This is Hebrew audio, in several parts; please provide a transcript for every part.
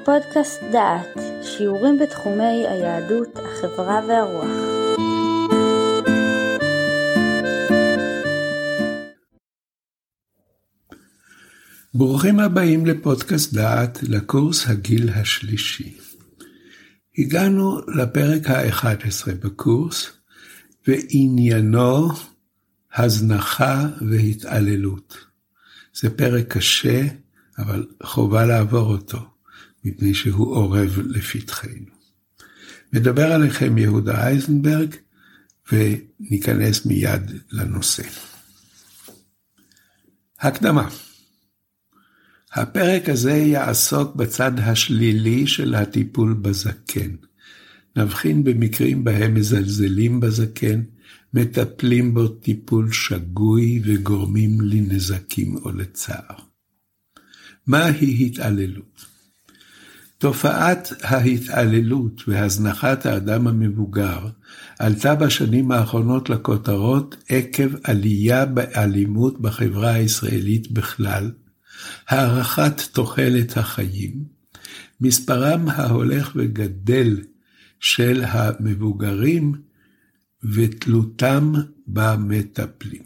פודקאסט דעת, שיעורים בתחומי היהדות, החברה והרוח. ברוכים הבאים לפודקאסט דעת, לקורס הגיל השלישי. הגענו לפרק ה-11 בקורס, ועניינו הזנחה והתעללות. זה פרק קשה, אבל חובה לעבור אותו, מפני שהוא עורב לפתחנו. מדבר עליכם יהודה אייזנברג, וניכנס מיד לנושא. הקדמה. הפרק הזה יעסוק בצד השלילי של הטיפול בזקן. נבחין במקרים בהם מזלזלים בזקן, מטפלים בו טיפול שגוי וגורמים לנזקים או לצער. מהי התעללות? תופעת ההתעללות והזנחת האדם המבוגר עלתה בשנים האחרונות לכותרות עקב עלייה באלימות בחברה הישראלית בכלל, הארכת תוחלת החיים, מספרם ההולך וגדל של המבוגרים ותלותם במטפלים.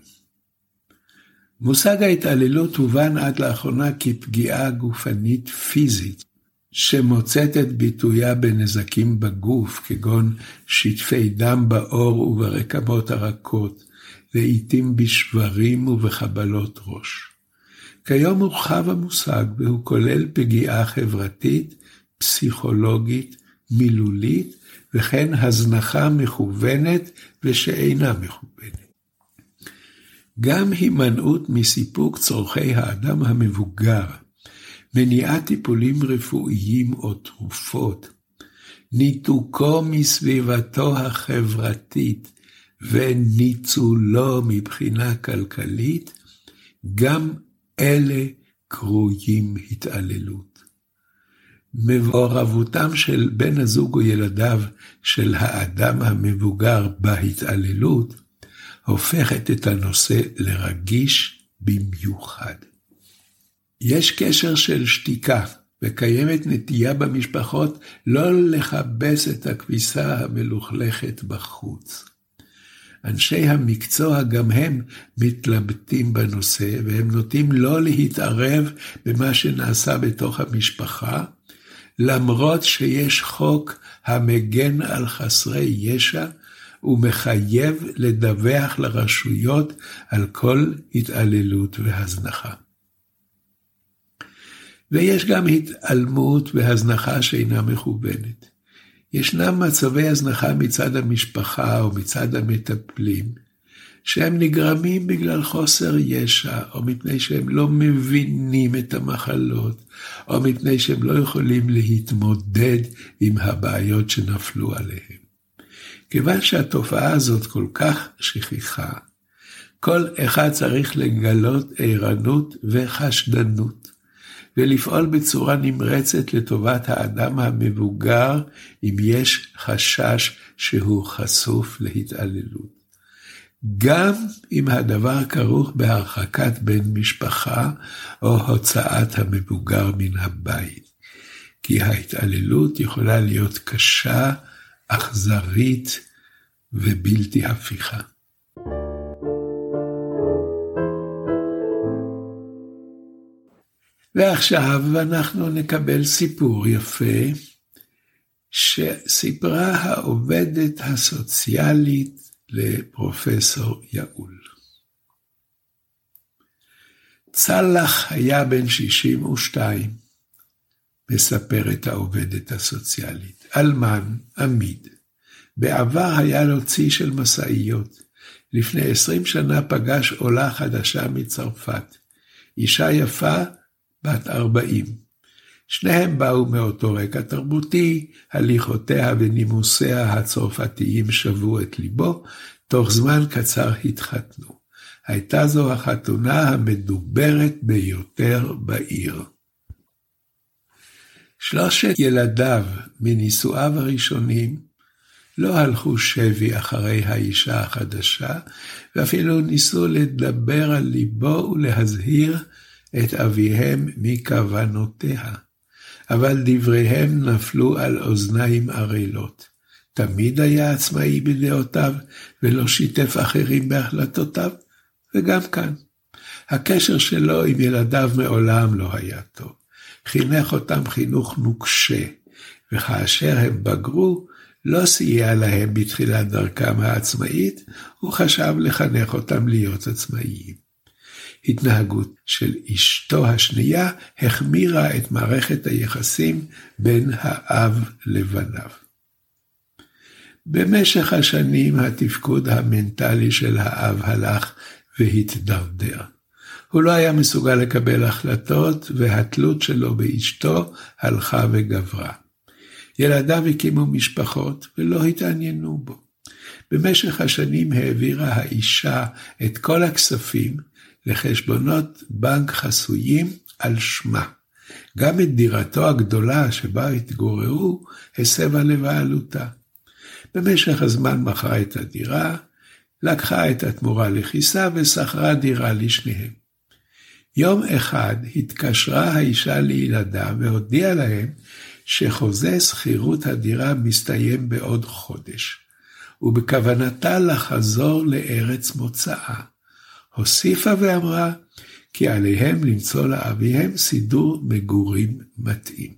מושג ההתעללות הובן עד לאחרונה כפגיעה גופנית פיזית, שמוצאת את ביטויה בנזקים בגוף, כגון שטפי דם בעור וברקמות הרכות, לעתים בשברים ובחבלות ראש. כיום מורחב המושג, והוא כולל פגיעה חברתית, פסיכולוגית, מילולית, וכן הזנחה מכוונת ושאינה מכוונת. גם הימנעות מסיפוק צורכי האדם המבוגר, מניעת טיפולים רפואיים או תרופות, ניתוקו מסביבתו החברתית וניצולו מבחינה כלכלית, גם אלה קרויים התעללות. מעורבותם של בן הזוג או ילדיו של האדם המבוגר בהתעללות, הופכת את הנושא לרגיש במיוחד. יש קשר של שתיקה, וקיימת נטייה במשפחות לא לחבס את הכביסה המלוכלכת בחוץ. אנשי המקצוע גם הם מתלבטים בנושא, והם נוטים לא להתערב במה שנעשה בתוך המשפחה, למרות שיש חוק המגן על חסרי ישע, ומחייב לדווח לרשויות על כל התעללות והזנחה. ויש גם התעלמות והזנחה שאינה מכוונת. ישנם מצבי הזנחה מצד המשפחה או מצד המטפלים, שהם נגרמים בגלל חוסר ישע, או מפני שהם לא מבינים את המחלות, או מפני שהם לא יכולים להתמודד עם הבעיות שנפלו עליהם. כיוון שהתופעה הזאת כל כך שכיחה, כל אחד צריך לגלות ערנות וחשדנות, ולפעול בצורה נמרצת לטובת האדם המבוגר, אם יש חשש שהוא חשוף להתעללות. גם אם הדבר כרוך בהרחקת בן משפחה, או הוצאת המבוגר מן הבית. כי ההתעללות יכולה להיות קשה, אכזרית ובלתי הפיכה. ועכשיו אנחנו נקבל סיפור יפה, שסיפרה העובדת הסוציאלית לפרופסור יעול. צלח היה בן 62, מספרת העובדת הסוציאלית, אלמן, עמיד. בעבר היה לו צי של מסעיות. לפני 20 שנה פגש עולה חדשה מצרפת, אישה יפה, בת 40. שניהם באו מאותו רקע תרבותי, הליכותיה ונימוסיה הצרפתיים שבו את ליבו, תוך זמן קצר התחתנו. הייתה זו החתונה המדוברת ביותר בעיר. 3 ילדיו מנישואיו הראשונים לא הלכו שבי אחרי האישה החדשה, ואפילו ניסו לדבר על ליבו ולהזהיר את אביהם מכוונותיה. אבל דבריהם נפלו על אוזניים ערלות. תמיד היה עצמאי בדעותיו, ולא שיתף אחרים בהחלטותיו, וגם כאן. הקשר שלו עם ילדיו מעולם לא היה טוב. חינך אותם חינוך נוקשה, וכאשר הם בגרו, לא סייע להם בתחילת דרכם העצמאית, הוא חשב לחנך אותם להיות עצמאיים. התנהגות של אשתו השנייה החמירה את מערכת היחסים בין האב לבניו. במשך השנים התפקוד המנטלי של האב הלך והתדרדר. הוא לא היה מסוגל לקבל החלטות, והתלות שלו באשתו הלכה וגברה. ילדיו הקימו משפחות ולא התעניינו בו. במשך השנים העבירה האישה את כל הכספים לחשבונות בנק חסויים על שמה. גם את דירתו הגדולה שבה התגוררו הסבה לבעלותה. במשך הזמן מכרה את הדירה, לקחה את התמורה לכיסה ושכרה דירה לשניהם. יום אחד התקשרה האישה לילדה והודיעה להם שחוזה שכירות הדירה מסתיים בעוד חודש, ובכוונתה לחזור לארץ מוצאה. הוסיפה ואמרה כי עליהם למצוא לאביהם סידור מגורים מתאים.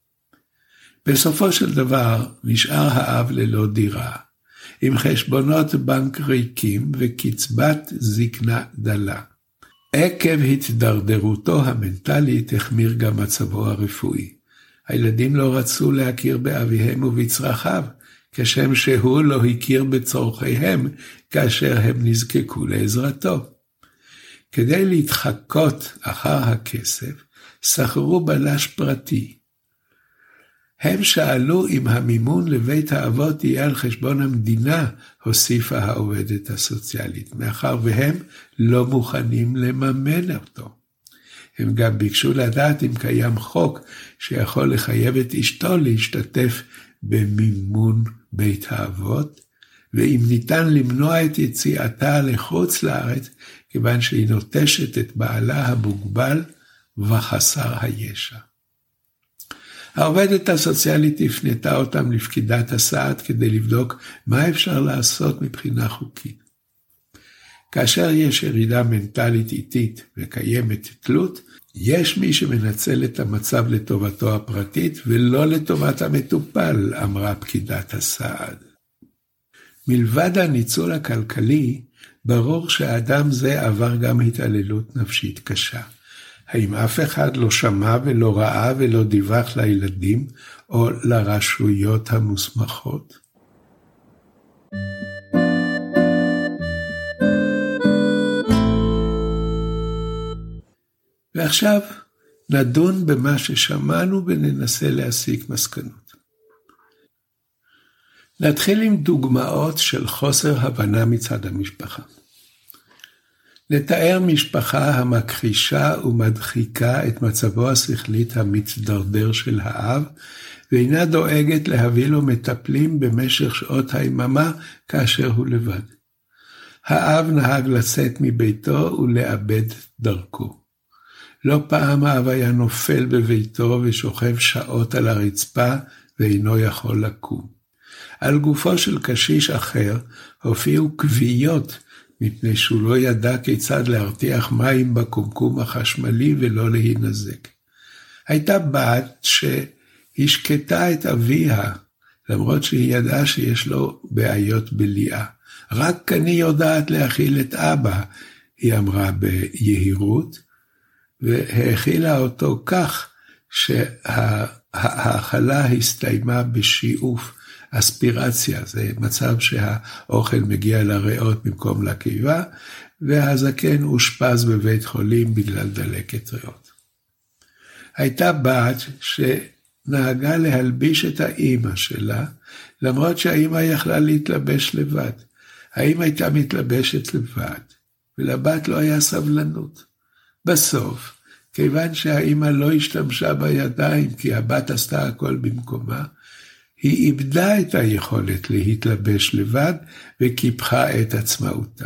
בסופו של דבר נשאר האב ללא דירה, עם חשבונות בנק ריקים וקצבת זקנה דלה. עקב התדרדרותו המנטלית החמיר גם מצבו הרפואי. הילדים לא רצו להכיר באביהם ובצרכיו, כשם שהוא לא הכיר בצורכיהם כאשר הם נזקקו לעזרתו. כדי להתחקות אחר הכסף, שכרו בלש פרטי. הם שאלו אם המימון לבית האבות יהיה על חשבון המדינה, הוסיפה העובדת הסוציאלית, מאחר והם לא מוכנים לממן אותו. הם גם ביקשו לדעת אם קיים חוק שיכול לחייב את אשתו להשתתף במימון בית האבות, ואם ניתן למנוע את יציאתה לחוץ לארץ, כיוון שהיא נוטשת את בעלה המוגבל וחסר הישע. העובדת הסוציאלית הפנתה אותם לפקידת הסעד כדי לבדוק מה אפשר לעשות מבחינה חוקית. כאשר יש ירידה מנטלית איטית וקיימת תלות, יש מי שמנצל את המצב לטובתו הפרטית ולא לטובת המטופל, אמרה פקידת הסעד. מלבד הניצול הכלכלי, ברור שהאדם זה עבר גם התעללות נפשית קשה. האם אף אחד לא שמע ולא ראה ולא דיווח לילדים או לרשויות המוסמכות? ועכשיו נדון במה ששמענו וננסה להסיק מסקנות. נתחיל עם דוגמאות של חוסר הבנה מצד המשפחה. נתאר משפחה המכחישה ומדחיקה את מצבו השכלית המתדרדר של האב, ואינה דואגת להביא לו מטפלים במשך שעות היממה כאשר הוא לבד. האב נהג לצאת מביתו ולאבד דרכו. לא פעם האב היה נופל בביתו ושוכב שעות על הרצפה ואינו יכול לקום. על גופו של קשיש אחר הופיעו כוויות, מפני שהוא לא ידע כיצד להרתיח מים בקומקום החשמלי ולא להינזק. הייתה בת שהשקטה את אביה, למרות שהיא ידעה שיש לו בעיות בליעה. רק אני יודעת להכיל את אבא, היא אמרה ביהירות, והאכילה אותו כך שהאכלה הסתיימה בשיעוף. אספירציה, זה מצב שהאוכל מגיע לריאות במקום לקיבה, והזקן אושפז בבית חולים בגלל דלקת ריאות. הייתה בת שנהגה להלביש את האמא שלה, למרות שהאמא יכלה להתלבש לבד. האמא הייתה מתלבשת לבד, ולבת לא היה סבלנות. בסוף, כיוון שהאמא לא השתמשה בידיים, כי הבת עשתה הכל במקומה, היא איבדה את היכולת להתלבש לבד וקיפחה את עצמאותה.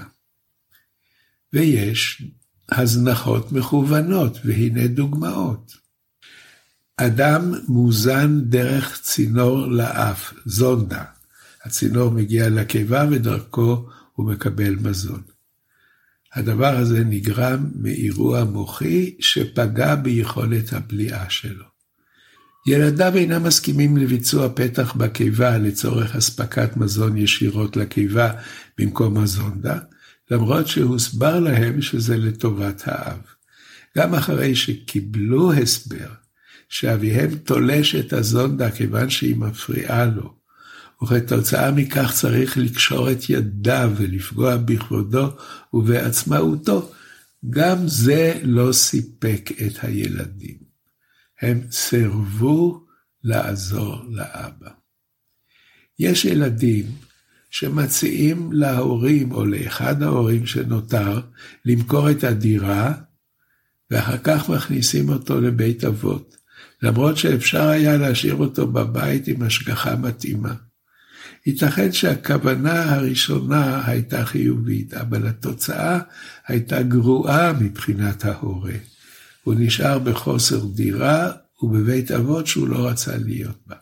ויש הזנחות מכוונות, והנה דוגמאות. אדם מוזן דרך צינור לאף, זונדה. הצינור מגיע לקיבה ודרכו הוא מקבל מזון. הדבר הזה נגרם מאירוע מוחי שפגע ביכולת הבליעה שלו. ילדיו אינם מסכימים לביצוע פתח בקיבה לצורך הספקת מזון ישירות לקיבה במקום הזונדה, למרות שהוסבר להם שזה לטובת האב. גם אחרי שקיבלו הסבר שאביהם תולש את הזונדה כיוון שהיא מפריעה לו, וכתוצאה מכך צריך לקשור את ידיו ולפגוע בכבודו ובעצמאותו, גם זה לא סיפק את הילדים. הם סירבו לעזור לאבא. יש ילדים שמציעים להורים או לאחד ההורים שנותר למכור את הדירה, ואחר כך מכניסים אותו לבית אבות, למרות שאפשר היה להשאיר אותו בבית עם השגחה מתאימה. ייתכן שהכוונה הראשונה הייתה חיובית, אבל התוצאה הייתה גרועה מבחינת ההורה. הוא נשאר בחוסר דירה ובבית אבות שהוא לא רצה להיות בה.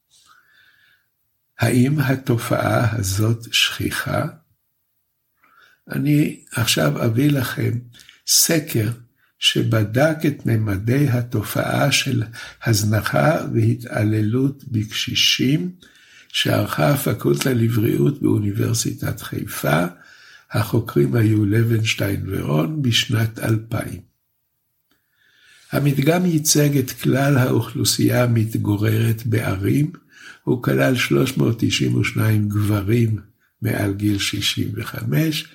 האם התופעה הזאת שכיחה? אני עכשיו אביא לכם סקר שבדק את ממדי התופעה של הזנחה והתעללות בקשישים, שערכה הפקולטה לבריאות באוניברסיטת חיפה, החוקרים היו לוינשטיין ורון בשנת 2000. המדגם ייצג את כלל האוכלוסייה המתגוררת בערים, הוא כלל 392 גברים מעל גיל 65,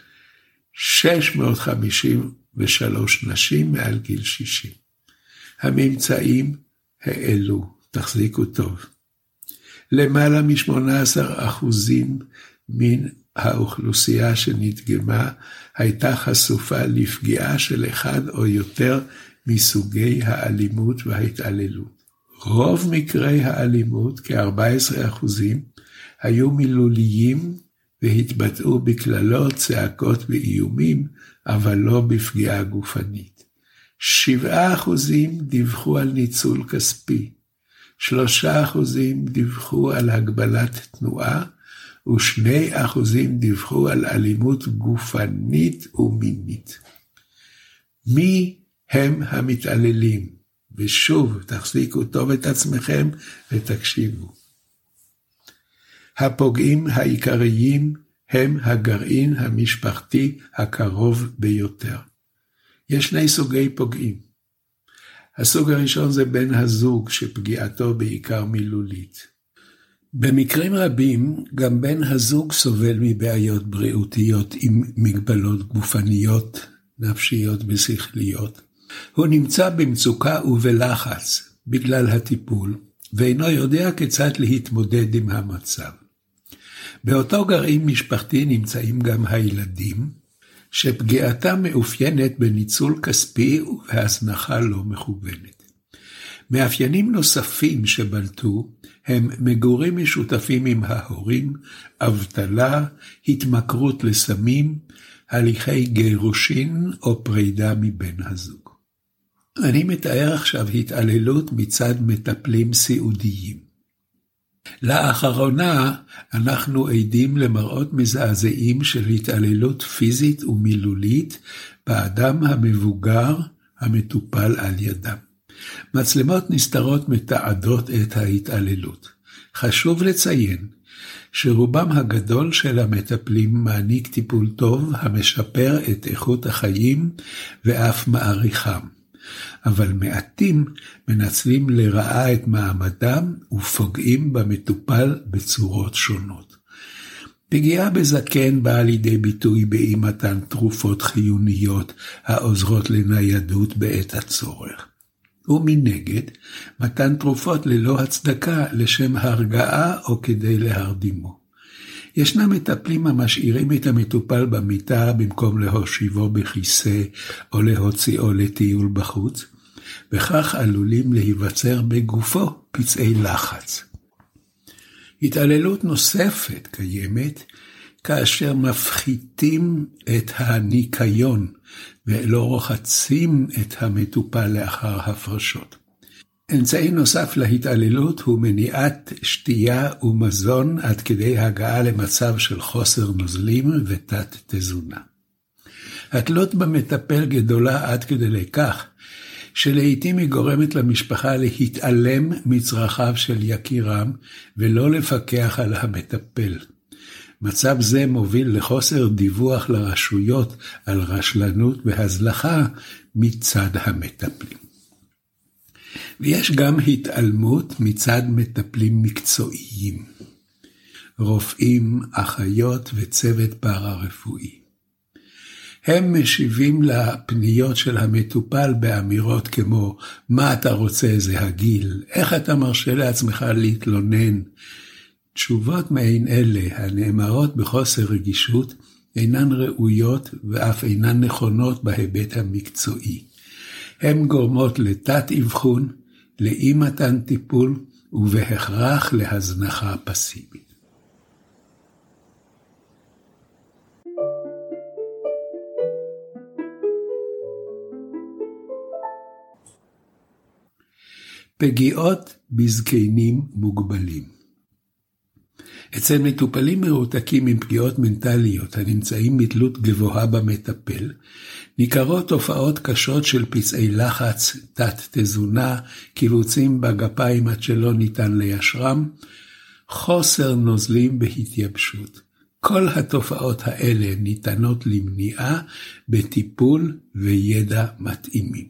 653 נשים מעל גיל 60. הממצאים העלו, תחזיקו טוב. למעלה מ-18% מן האוכלוסייה שנדגמה הייתה חשופה לפגיעה של אחד או יותר מסוגי האלימות וההתעללות. רוב מקרי האלימות, כ-14%, היו מילוליים והתבטאו בכללות, צעקות ואיומים, אבל לא בפגיעה גופנית. 7% דיווחו על ניצול כספי, 3% דיווחו על הגבלת תנועה, ו2% דיווחו על אלימות גופנית ומינית. מי הם המתעללים? ושוב, תחזיקו טוב את עצמכם ותקשיבו. הפוגעים העיקריים הם הגרעין המשפחתי הקרוב ביותר. יש שני סוגי פוגעים. הסוג הראשון זה בן הזוג שפגיעתו בעיקר מילולית. במקרים רבים גם בן הזוג סובל מבעיות בריאותיות עם מגבלות גופניות, נפשיות ושכליות. הוא נמצא במצוקה ובלחץ בגלל הטיפול, ואינו יודע כיצד להתמודד עם המצב. באותו גרעין משפחתי נמצאים גם הילדים, שפגיעתם מאופיינת בניצול כספי ובהזנחה לא מכוונת. מאפיינים נוספים שבלטו הם מגורים משותפים עם ההורים, אבטלה, התמכרות לסמים, הליכי גירושין או פרידה מבן הזוג. אני מתאר עכשיו התעללות מצד מטפלים סיעודיים. לאחרונה אנחנו עדים למראות מזעזעים של התעללות פיזית ומילולית באדם המבוגר המטופל על ידם. מצלמות נסתרות מתעדות את ההתעללות. חשוב לציין שרובם הגדול של המטפלים מעניק טיפול טוב המשפר את איכות החיים ואף מעריכם. אבל מעטים מנצלים לרעה את מעמדם ופוגעים במטופל בצורות שונות. פגיעה בזקן באה לידי ביטוי באי מתן תרופות חיוניות העוזרות לניידות בעת הצורך. ומנגד, מתן תרופות ללא הצדקה לשם הרגעה או כדי להרדימו. ישנם מטפלים המשאירים את המטופל במיטה במקום להושיבו בכיסא או להוציאו לטיול בחוץ, וכך עלולים להיווצר בגופו פצעי לחץ. התעללות נוספת קיימת כאשר מפחיתים את הניקיון ולא רוחצים את המטופל לאחר הפרשות. אמצעי נוסף להתעללות הוא מניעת שתייה ומזון עד כדי הגעה למצב של חוסר נוזלים ותת תזונה. התלות במטפל גדולה עד כדי לכך, שלעיתים היא גורמת למשפחה להתעלם מצרכיו של יקירם ולא לפקח על המטפל. מצב זה מוביל לחוסר דיווח לרשויות על רשלנות והזלחה מצד המטפלים. ויש גם התעלמות מצד מטפלים מקצועיים, רופאים, אחיות וצוות פארה-רפואי. הם משיבים לפניות של המטופל באמירות כמו, מה אתה רוצה, זה הגיל, איך אתה מרשה לעצמך להתלונן. תשובות מעין אלה, הנאמרות בחוסר רגישות, אינן ראויות ואף אינן נכונות בהיבט המקצועי. הן גורמות לתת אבחון, לאי מתן טיפול ובהכרח להזנחה פסיבית. פגיעות בזקנים מוגבלים. אצל מטופלים מרותקים עם פגיעות מנטליות הנמצאים מתלות גבוהה במטפל, ניכרות תופעות קשות של פצעי לחץ, תת תזונה, קיבוצים בגפיים עד שלא ניתן לישרם, חוסר נוזלים בהתייבשות. כל התופעות האלה ניתנות למניעה בטיפול וידע מתאימים.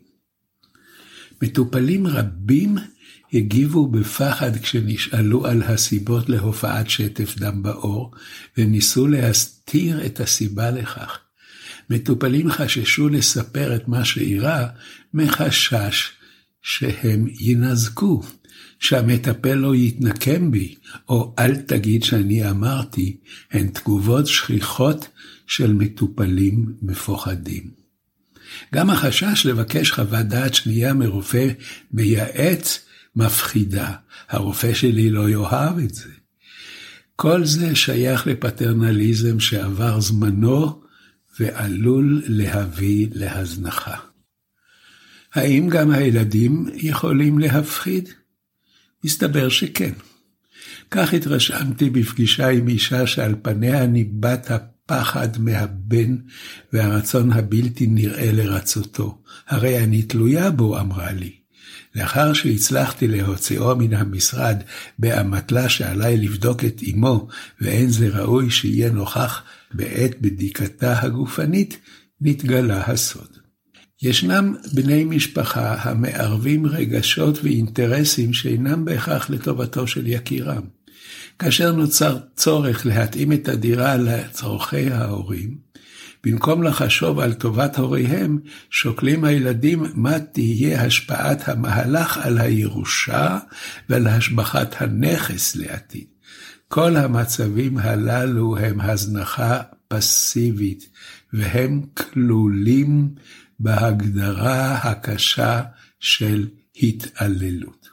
מטופלים רבים הגיבו בפחד כשנשאלו על הסיבות להופעת שטף דם בעור, וניסו להסתיר את הסיבה לכך. מטופלים חששו לספר את מה שאירע, מחשש שהם ינזקו, שהמטפל לא יתנקם בי, או אל תגיד שאני אמרתי, הן תגובות שכיחות של מטופלים מפוחדים. גם החשש לבקש חוות דעת שנייה מרופא מייעץ מפחידה. הרופא שלי לא יאהב את זה. כל זה שייך לפטרנליזם שעבר זמנו ועלול להביא להזנחה. האם גם הילדים יכולים להפחיד? מסתבר שכן. כך התרשמתי בפגישה עם אישה שעל פניה ניבט הפחד מהבן והרצון הבלתי נראה לרצותו. הרי אני תלויה בו, אמרה לי. לאחר שהצלחתי להוציאו מן המשרד באמתלה שעליי לבדוק את אמו, ואין זה ראוי שיהיה נוכח בעת בדיקתה הגופנית, נתגלה הסוד. ישנם בני משפחה המערבים רגשות ואינטרסים שאינם בהכרח לטובתו של יקירם. כאשר נוצר צורך להתאים את הדירה לצורכי ההורים, במקום לחשוב על טובת הוריהם, שוקלים הילדים מה תהיה השפעת המהלך על הירושה ועל השבחת הנכס לעתיד. כל המצבים הללו הם הזנחה פסיבית, והם כלולים בהגדרה הקשה של התעללות.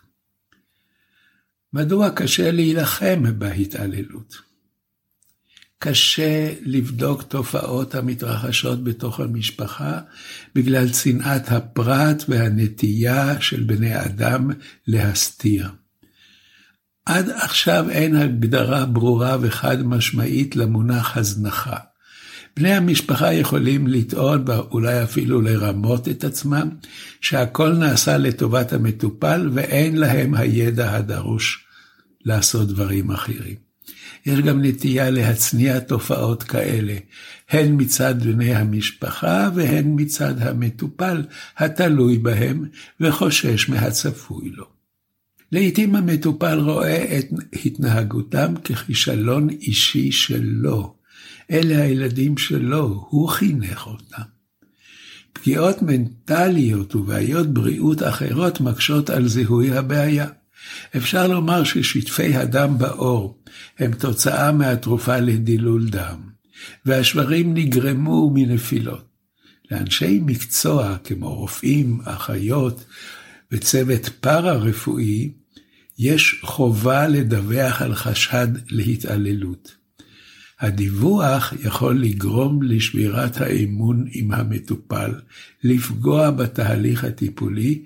מדוע קשה להילחם בהתעללות? קשה לבדוק תופעות המתרחשות בתוך המשפחה, בגלל צנעת הפרט והנטייה של בני אדם להסתיר. עד עכשיו אין הגדרה ברורה וחד משמעית למונח הזנחה. בני המשפחה יכולים לטעון ואולי אפילו לרמות את עצמם, שהכל נעשה לטובת המטופל ואין להם הידע הדרוש לעשות דברים אחרים. יש גם נטייה להצניע תופעות כאלה, הן מצד בני המשפחה והן מצד המטופל, התלוי בהם וחושש מהצפוי לו. לעתים המטופל רואה את התנהגותם ככישלון אישי שלו. אלה הילדים שלו, הוא חינך אותם. פגיעות מנטליות ובעיות בריאות אחרות מקשות על זיהוי הבעיה. אפשר לומר ששטפי הדם בעור הם תוצאה מהתרופה לדילול דם, והשברים נגרמו מנפילות. לאנשי מקצוע כמו רופאים, אחיות וצוות פארה-רפואי, יש חובה לדווח על חשד להתעללות. הדיווח יכול לגרום לשבירת האמון עם המטופל, לפגוע בתהליך הטיפולי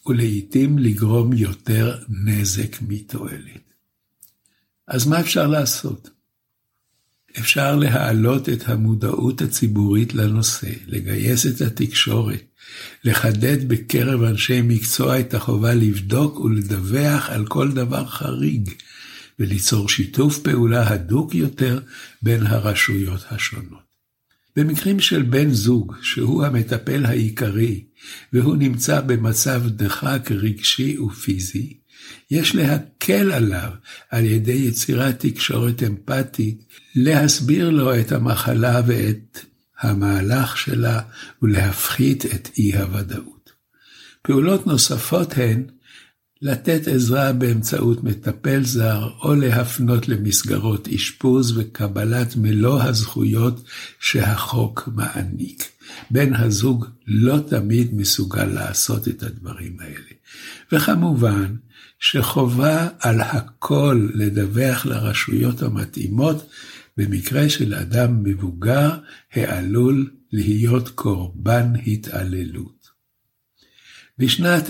ולעיתים לגרום יותר נזק מתועלת. אז מה אפשר לעשות? אפשר להעלות את המודעות הציבורית לנושא, לגייס את התקשורת, לחדד בקרב אנשי מקצוע את החובה לבדוק ולדווח על כל דבר חריג, וליצור שיתוף פעולה הדוק יותר בין הרשויות השונות. במקרים של בן זוג, שהוא המטפל העיקרי, והוא נמצא במצב דחק רגשי ופיזי, יש להקל עליו על ידי יצירת תקשורת אמפתית, להסביר לו את המחלה ואת המהלך שלה, ולהפחית את אי-הוודאות. פעולות נוספות הן לתת עזרה באמצעות מטפל זר, או להפנות למסגרות אשפוז וקבלת מלוא הזכויות שהחוק מעניק. בן הזוג לא תמיד מסוגל לעשות את הדברים האלה. וכמובן שחובה על הכל לדווח לרשויות המתאימות, במקרה של אדם מבוגר העלול להיות קורבן התעללות. בשנת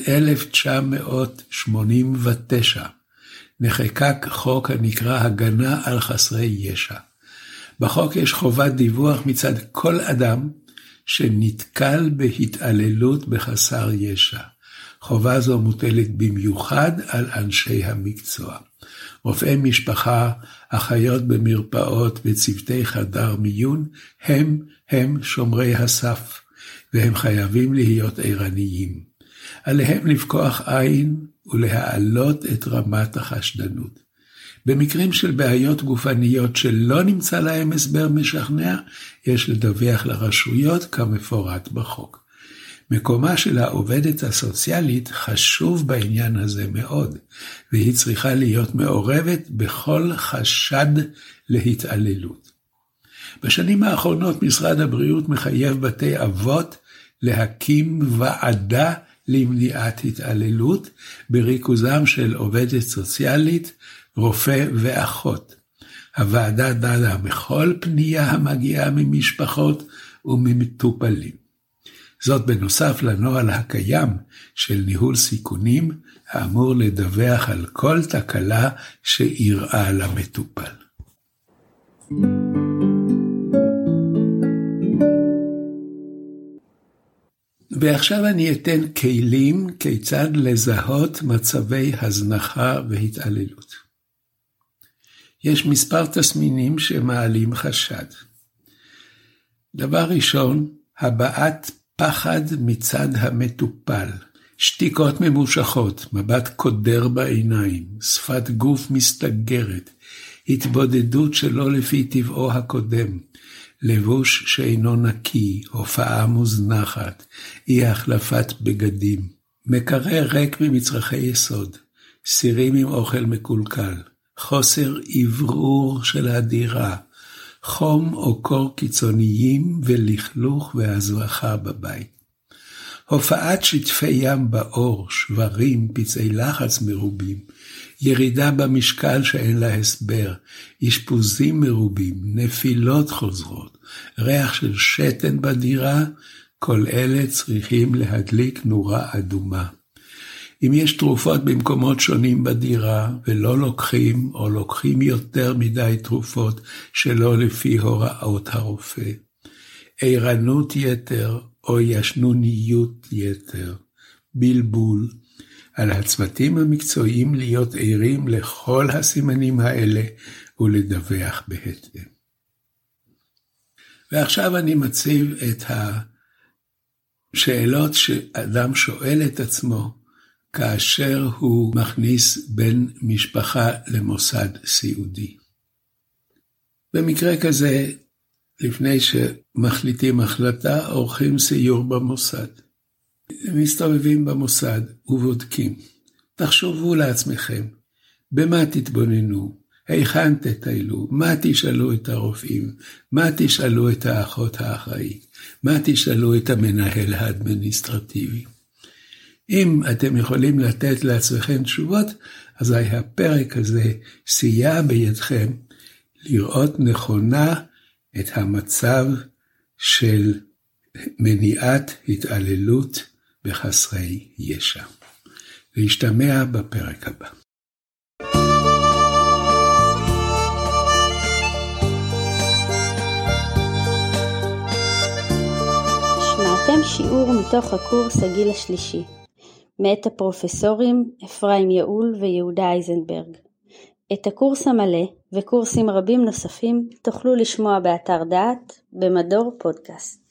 1989 נחקק חוק הנקרא הגנה על חסרי ישע. בחוק יש חובת דיווח מצד כל אדם שנתקל בהתעללות בחסר ישע. חובה זו מוטלת במיוחד על אנשי המקצוע. רופאי משפחה, אחיות במרפאות וצוותי חדר מיון הם שומרי הסף, והם חייבים להיות ערניים. עליהם לפקוח עין ולהעלות את רמת החשדנות. במקרים של בעיות גופניות שלא נמצא להם הסבר משכנע, יש לדווח לרשויות כמפורט בחוק. מקומה של העובדת הסוציאלית חשוב בעניין הזה מאוד, והיא צריכה להיות מעורבת בכל חשד להתעללות. בשנים האחרונות משרד הבריאות מחייב בתי אבות להקים ועדה למניעת התעללות, בריכוזם של עובדת סוציאלית, רופא ואחות. הוועדה דנה בכל פנייה המגיעה ממשפחות וממטופלים. זאת בנוסף לנוהל הקיים של ניהול סיכונים, האמור לדווח על כל תקלה שאירעה למטופל. ועכשיו אני אתן כלים כיצד לזהות מצבי הזנחה והתעללות. יש מספר תסמינים שמעלים חשד. דבר ראשון, הבעת פחד מצד המטופל, שתיקות ממושכות, מבט קודר בעיניים, שפת גוף מסתגרת, התבודדות שלא לפי טבעו הקודם, לבוש שאינו נקי, הופעה מוזנחת, אי החלפת בגדים, מקרר ריק ממצרכי יסוד, סירים עם אוכל מקולקל, חוסר עברור של הדירה, חום או קור קיצוניים ולכלוך והזרחה בבית. הופעת שטפי ים באור, שברים, פצעי לחץ מרובים, ירידה במשקל שאין לה הסבר, אשפוזים מרובים, נפילות חוזרות, ריח של שתן בדירה, כל אלה צריכים להדליק נורה אדומה. אם יש תרופות במקומות שונים בדירה ולא לוקחים או לוקחים יותר מדי תרופות שלא לפי הוראות הרופא, ערנות יתר או ישנוניות יתר, בלבול, על הצוותים המקצועיים להיות ערים לכל הסימנים האלה ולדווח בהתאם. ועכשיו אני מציב את השאלות שאדם שואל את עצמו, כאשר הוא מכניס בן משפחה למוסד סיעודי. במקרה כזה, לפני שמחליטים החלטה, עורכים סיור במוסד. מסתובבים במוסד ובודקים. תחשבו לעצמכם, במה תתבוננו, היכן תטיילו, מה תשאלו את הרופאים, מה תשאלו את האחות האחראית, מה תשאלו את המנהל האדמיניסטרטיבי. אם אתם יכולים לתת לעצמכם תשובות, אז הפרק הזה סייע בידכם לראות נכונה את המצב של מניעת התעללות בחסרי ישע. להשתמע בפרק הבא. שמעתם שיעור מתוך הקורס הגיל השלישי, מאת הפרופסורים אפרים יעול ויהודה אייזנברג. את הקורס המלא וקורסים רבים נוספים תוכלו לשמוע באתר דעת במדור פודקאסט.